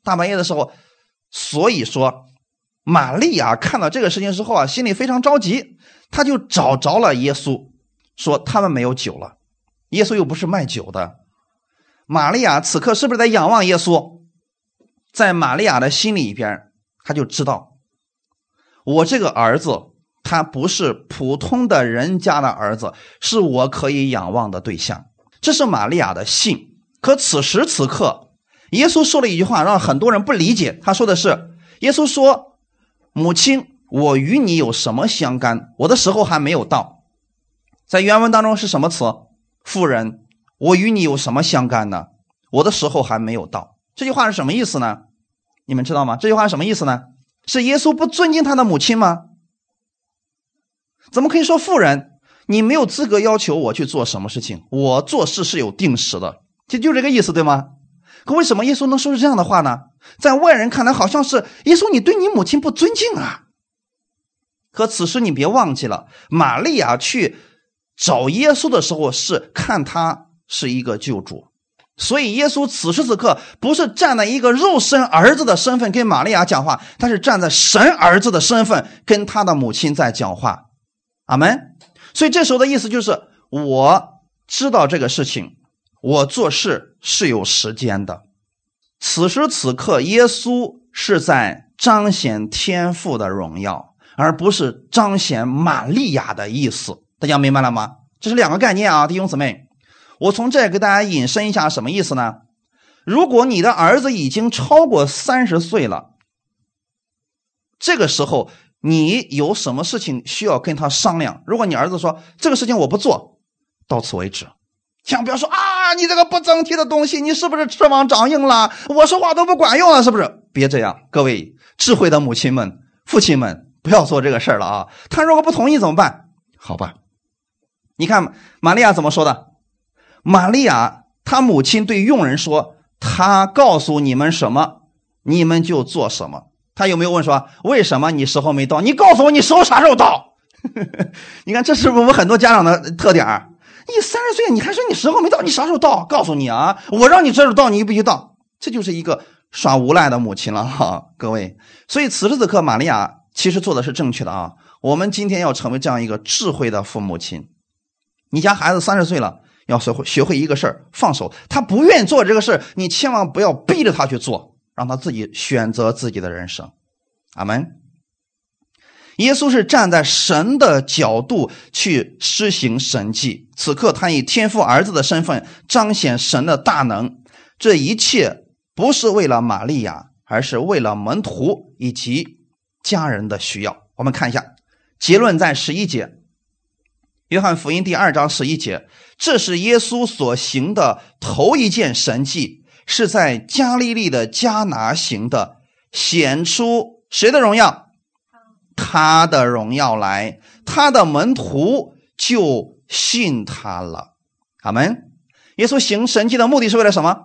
大半夜的时候，所以说玛利亚看到这个事情之后啊，心里非常着急，他就找着了耶稣，说他们没有酒了。耶稣又不是卖酒的。玛利亚此刻是不是在仰望耶稣？在玛利亚的心里边，他就知道我这个儿子他不是普通的人家的儿子，是我可以仰望的对象。这是玛利亚的信。可此时此刻，耶稣说了一句话让很多人不理解。他说的是，耶稣说，母亲，我与你有什么相干？我的时候还没有到。在原文当中是什么词？妇人，我与你有什么相干呢？我的时候还没有到。这句话是什么意思呢？你们知道吗？这句话是什么意思呢？是耶稣不尊敬他的母亲吗？怎么可以说妇人，你没有资格要求我去做什么事情，我做事是有定时的，就就这个意思，对吗？可为什么耶稣能说出这样的话呢？在外人看来好像是耶稣你对你母亲不尊敬啊。可此时你别忘记了，玛利亚去找耶稣的时候是看他是一个救主，所以耶稣此时此刻不是站在一个肉身儿子的身份跟玛利亚讲话，他是站在神儿子的身份跟他的母亲在讲话。阿们。所以这时候的意思就是，我知道这个事情，我做事是有时间的。此时此刻耶稣是在彰显天父的荣耀，而不是彰显玛利亚的意思。大家明白了吗？这是两个概念啊，弟兄姊妹。我从这给大家引申一下什么意思呢？如果你的儿子已经超过三十岁了，这个时候你有什么事情需要跟他商量。如果你儿子说这个事情我不做，到此为止。千万不要说啊，你这个不争气的东西，你是不是翅膀长硬了？我说话都不管用了，是不是？别这样，各位智慧的母亲们、父亲们，不要做这个事儿了啊！他如果不同意怎么办？好吧，你看玛利亚怎么说的？玛利亚她母亲对佣人说，他告诉你们什么，你们就做什么。他有没有问说为什么你时候没到？你告诉我你时候啥时候到？你看这是不是我们很多家长的特点啊？你三十岁你还说你时候没到，你啥时候到？告诉你啊，我让你这时候到你必须到。这就是一个耍无赖的母亲了哈，各位。所以此时此刻玛利亚其实做的是正确的啊。我们今天要成为这样一个智慧的父母亲。你家孩子三十岁了，要学会学会一个事儿，放手。他不愿意做这个事儿，你千万不要逼着他去做，让他自己选择自己的人生。阿们。耶稣是站在神的角度去施行神迹，此刻他以天父儿子的身份彰显神的大能。这一切不是为了玛利亚，而是为了门徒以及家人的需要。我们看一下结论，在十一节，约翰福音第二章十一节，这是耶稣所行的头一件神迹，是在加利利的迦拿行的，显出谁的荣耀？他的荣耀来，他的门徒就信他了。阿们。耶稣行神迹的目的是为了什么？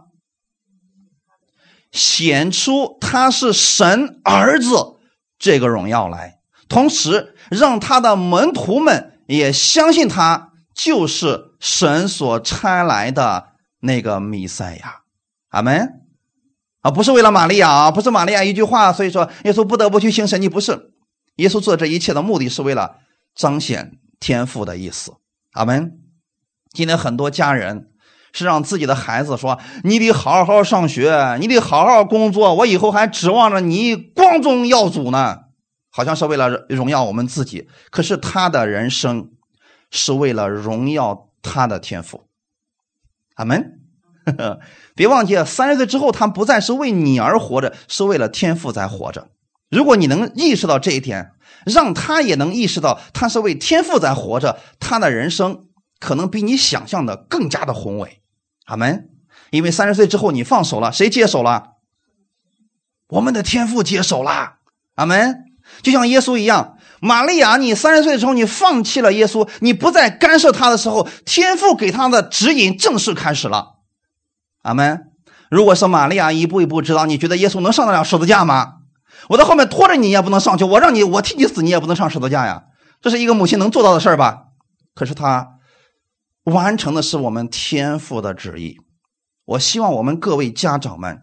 显出他是神儿子这个荣耀来，同时让他的门徒们也相信他就是神所差来的那个弥赛亚。阿们。啊，不是为了玛利亚啊，不是玛利亚一句话，所以说耶稣不得不去行神迹，不是。耶稣做这一切的目的是为了彰显天父的意思。阿们。今天很多家人是让自己的孩子说，你得好好上学，你得好好工作，我以后还指望着你光宗耀祖呢，好像是为了荣耀我们自己。可是他的人生是为了荣耀他的天父。阿们。别忘记了，三十岁之后他不再是为你而活着，是为了天父在活着。如果你能意识到这一点，让他也能意识到他是为天父在活着，他的人生可能比你想象的更加的宏伟。阿们。因为三十岁之后你放手了，谁接手了？我们的天父接手了。阿们。就像耶稣一样，玛利亚你三十岁的时候你放弃了耶稣，你不再干涉他的时候，天父给他的指引正式开始了。阿们。如果是玛利亚一步一步知道，你觉得耶稣能上得了十字架吗？我在后面拖着你也不能上去，我让你我替你死你也不能上十字架呀，这是一个母亲能做到的事儿吧？可是他完成的是我们天父的旨意。我希望我们各位家长们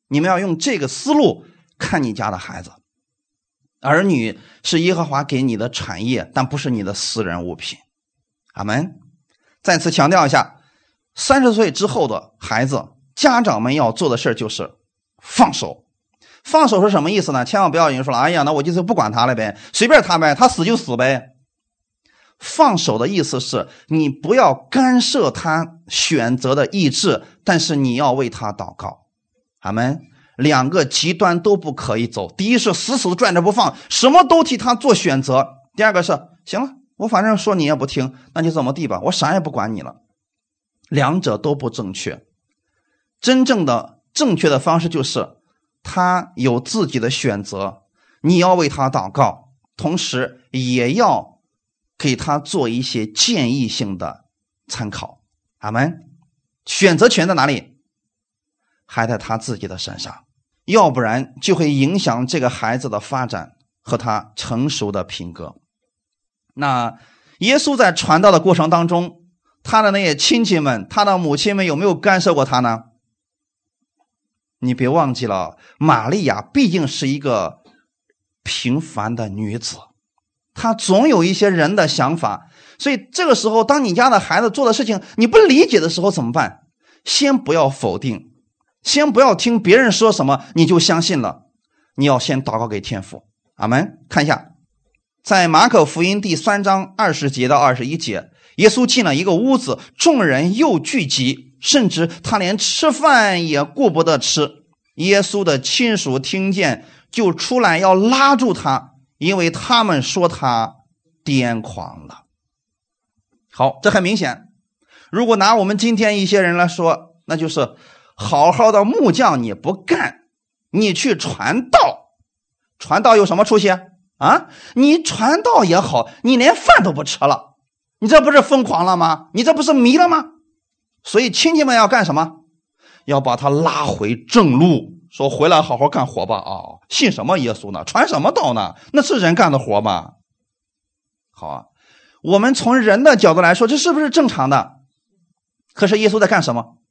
你们要用这个思路看你家的孩子。儿女是耶和华给你的产业，但不是你的私人物品。阿们。再次强调一下，三十岁之后的孩子，家长们要做的事就是放手。放手是什么意思呢？千万不要有人说了，哎呀，那我就是不管他了呗，随便他呗，他死就死呗。放手的意思是你不要干涉他选择的意志，但是你要为他祷告。阿们。两个极端都不可以走。第一是死死攥着不放，什么都替他做选择。第二个是行了，我反正说你也不听，那就怎么地吧，我啥也不管你了。两者都不正确。真正的正确的方式就是他有自己的选择，你要为他祷告，同时也要给他做一些建议性的参考。阿们。选择权在哪里？还在他自己的身上，要不然就会影响这个孩子的发展和他成熟的品格。那耶稣在传道的过程当中，他的那些亲戚们，他的母亲们有没有干涉过他呢？你别忘记了，玛利亚毕竟是一个平凡的女子，她总有一些人的想法。所以这个时候，当你家的孩子做的事情你不理解的时候怎么办？先不要否定，先不要听别人说什么你就相信了，你要先祷告给天父。阿们。看一下，在马可福音第三章二十节到二十一节，耶稣进了一个屋子，众人又聚集，甚至他连吃饭也顾不得吃。耶稣的亲属听见，就出来要拉住他，因为他们说他癫狂了。好，这很明显，如果拿我们今天一些人来说，那就是好好的木匠你不干，你去传道。传道有什么出息啊？你传道也好，你连饭都不吃了，你这不是疯狂了吗？你这不是迷了吗？所以亲戚们要干什么？要把他拉回正路，说回来好好干活吧。啊、哦，信什么耶稣呢？传什么道呢？那是人干的活吗？好啊，我们从人的角度来说，这是不是正常的？可是耶稣在干什么？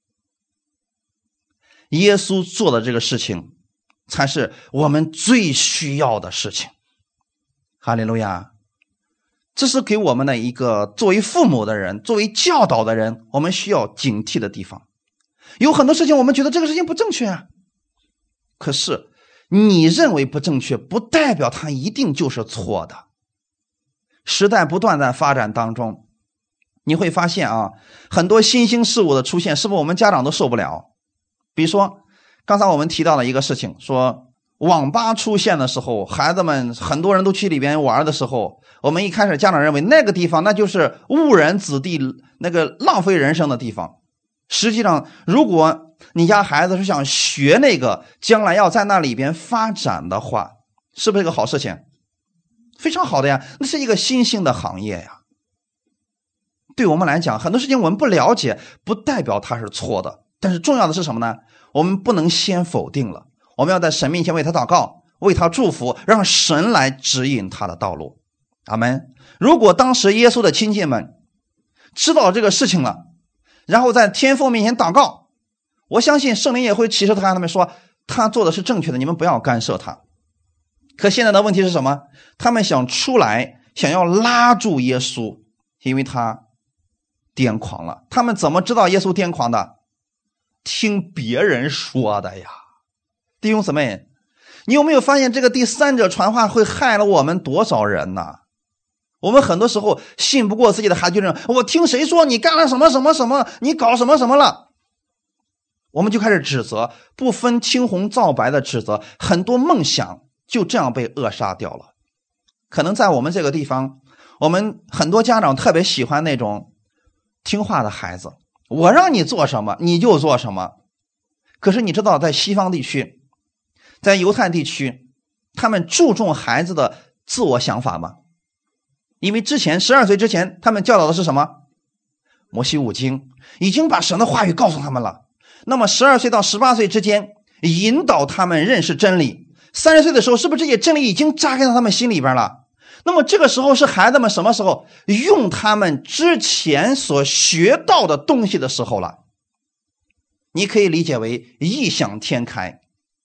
耶稣做的这个事情才是我们最需要的事情。哈利路亚。这是给我们的一个作为父母的人，作为教导的人，我们需要警惕的地方。有很多事情我们觉得这个事情不正确啊，可是你认为不正确不代表它一定就是错的。时代不断在发展当中，你会发现啊，很多新兴事物的出现是不是我们家长都受不了。比如说刚才我们提到了一个事情，说网吧出现的时候，孩子们很多人都去里边玩的时候，我们一开始家长认为那个地方那就是误人子弟，那个浪费人生的地方。实际上如果你家孩子是想学那个，将来要在那里边发展的话，是不是一个好事情？非常好的呀，那是一个新兴的行业呀。对我们来讲，很多事情我们不了解不代表它是错的，但是重要的是什么呢？我们不能先否定了，我们要在神面前为他祷告，为他祝福，让神来指引他的道路。阿们。如果当时耶稣的亲戚们知道这个事情了，然后在天父面前祷告，我相信圣灵也会启示他，他们说他做的是正确的，你们不要干涉他。可现在的问题是什么？他们想出来，想要拉住耶稣，因为他癫狂了。他们怎么知道耶稣癫狂的？听别人说的呀。弟兄姊妹，你有没有发现这个第三者传话会害了我们多少人呢？我们很多时候信不过自己的孩子，就认为我听谁说你干了什么什么什么，你搞什么什么了，我们就开始指责，不分青红皂白的指责，很多梦想就这样被扼杀掉了。可能在我们这个地方，我们很多家长特别喜欢那种听话的孩子，我让你做什么你就做什么。可是你知道在西方地区，在犹太地区，他们注重孩子的自我想法吗？因为之前十二岁之前他们教导的是什么？摩西五经已经把神的话语告诉他们了。那么十二岁到十八岁之间引导他们认识真理，三十岁的时候是不是这些真理已经扎根到他们心里边了？那么这个时候是孩子们什么时候用他们之前所学到的东西的时候了。你可以理解为异想天开，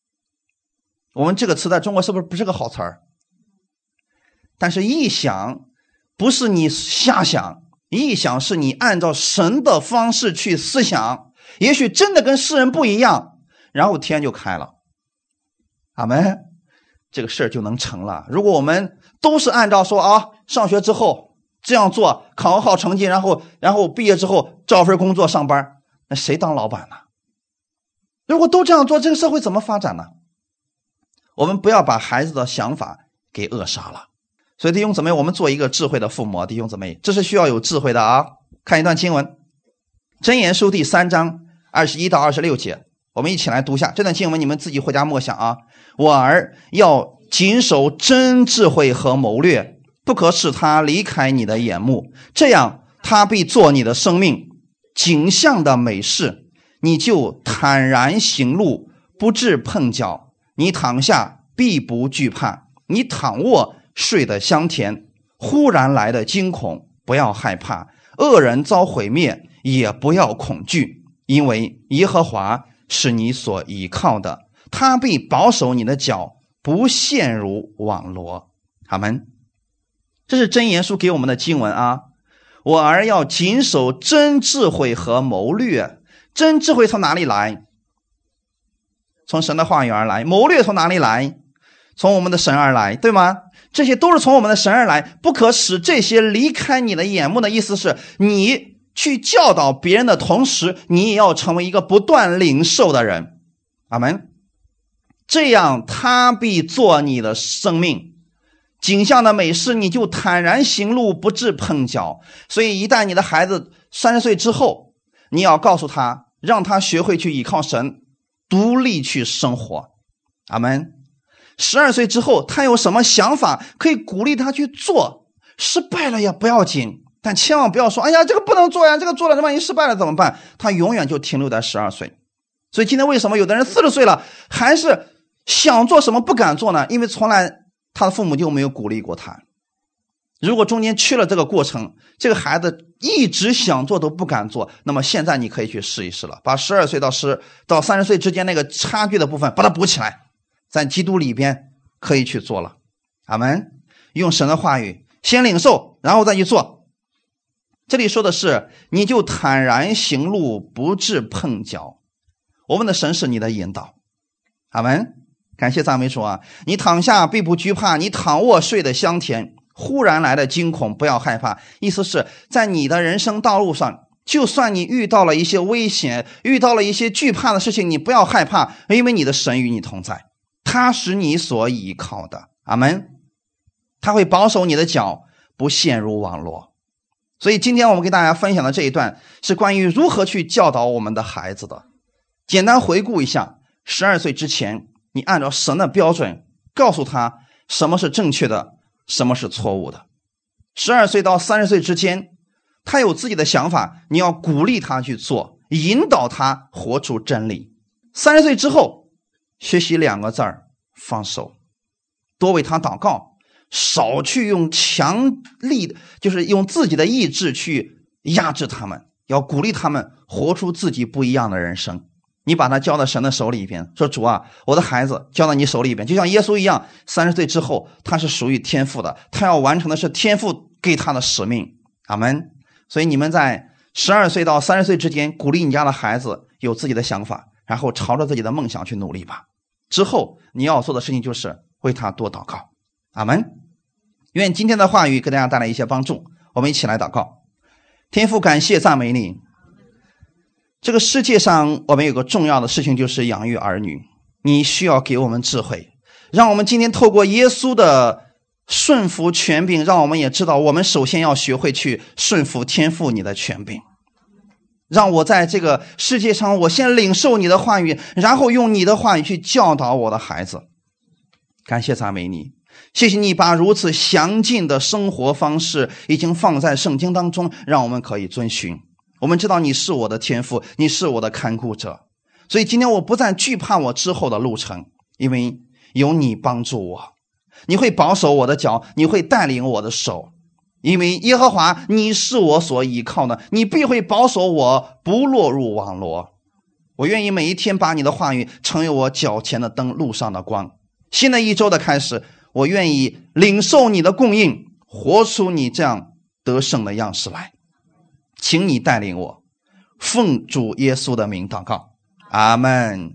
我们这个词在中国是不是不是个好词儿？但是臆想不是你瞎想，臆想是你按照神的方式去思想，也许真的跟世人不一样，然后天就开了。阿们，这个事儿就能成了。如果我们都是按照说啊，上学之后这样做，考个好成绩，然后然后毕业之后找份工作上班，那谁当老板呢？如果都这样做，这个社会怎么发展呢？我们不要把孩子的想法给扼杀了。所以弟兄姊妹，我们做一个智慧的父母，弟兄姊妹，这是需要有智慧的啊。看一段经文，箴言书第三章二十一到二十六节，我们一起来读一下这段经文，你们自己回家默想啊。我儿要谨守真智慧和谋略，不可使他离开你的眼目，这样他必做你的生命景象的美事，你就坦然行路，不致碰脚。你躺下必不惧怕，你躺卧睡得香甜。忽然来的惊恐不要害怕，恶人遭毁灭也不要恐惧，因为耶和华是你所依靠的，他必保守你的脚，不陷入网罗。阿们。这是箴言书给我们的经文啊。我儿要谨守真智慧和谋略。真智慧从哪里来？从神的话语而来。谋略从哪里来？从我们的神而来，对吗？这些都是从我们的神而来，不可使这些离开你的眼目的意思是，你去教导别人的同时，你也要成为一个不断领受的人。阿们。这样他必做你的生命景象的美事，你就坦然行路，不致碰脚。所以一旦你的孩子三十岁之后，你要告诉他，让他学会去依靠神，独立去生活。阿们。十二岁之后，他有什么想法，可以鼓励他去做，失败了也不要紧，但千万不要说，哎呀，这个不能做呀，这个做了万一失败了怎么办？他永远就停留在十二岁。所以今天为什么有的人四十岁了还是想做什么不敢做呢？因为从来他的父母就没有鼓励过他。如果中间缺了这个过程，这个孩子一直想做都不敢做，那么现在你可以去试一试了，把十二岁到十到三十岁之间那个差距的部分把它补起来，在基督里边可以去做了。阿们。用神的话语先领受，然后再去做。这里说的是，你就坦然行路，不致碰脚。我们的神是你的引导。阿们。感谢赞美主啊！你躺下必不惧怕，你躺卧睡得香甜。忽然来的惊恐不要害怕，意思是在你的人生道路上，就算你遇到了一些危险，遇到了一些惧怕的事情，你不要害怕，因为你的神与你同在，他是你所依靠的。阿们。他会保守你的脚，不陷入网络。所以今天我们给大家分享的这一段是关于如何去教导我们的孩子的。简单回顾一下，十二岁之前，你按照神的标准告诉他什么是正确的，什么是错误的。十二岁到三十岁之间，他有自己的想法，你要鼓励他去做，引导他活出真理。三十岁之后，学习两个字儿，放手。多为他祷告，少去用强力，就是用自己的意志去压制他们，要鼓励他们活出自己不一样的人生。你把他交到神的手里边，说主啊，我的孩子交到你手里边，就像耶稣一样，三十岁之后他是属于天父的，他要完成的是天父给他的使命。阿们。所以你们在十二岁到三十岁之间，鼓励你家的孩子有自己的想法，然后朝着自己的梦想去努力吧。之后你要做的事情就是为他多祷告。阿们。愿今天的话语给大家带来一些帮助，我们一起来祷告。天父，感谢赞美你。这个世界上我们有个重要的事情，就是养育儿女，你需要给我们智慧，让我们今天透过耶稣的顺服权柄，让我们也知道我们首先要学会去顺服天父你的权柄。让我在这个世界上，我先领受你的话语，然后用你的话语去教导我的孩子。感谢赞美你，谢谢你把如此详尽的生活方式已经放在圣经当中，让我们可以遵循。我们知道你是我的天父，你是我的看顾者，所以今天我不再惧怕我之后的路程，因为有你帮助我，你会保守我的脚，你会带领我的手，因为耶和华你是我所依靠的，你必会保守我不落入网罗。我愿意每一天把你的话语成为我脚前的灯，路上的光。 新的一周的开始，我愿意领受你的供应，活出你这样得胜的样式来。请你带领我，奉主耶稣的名祷告，阿们。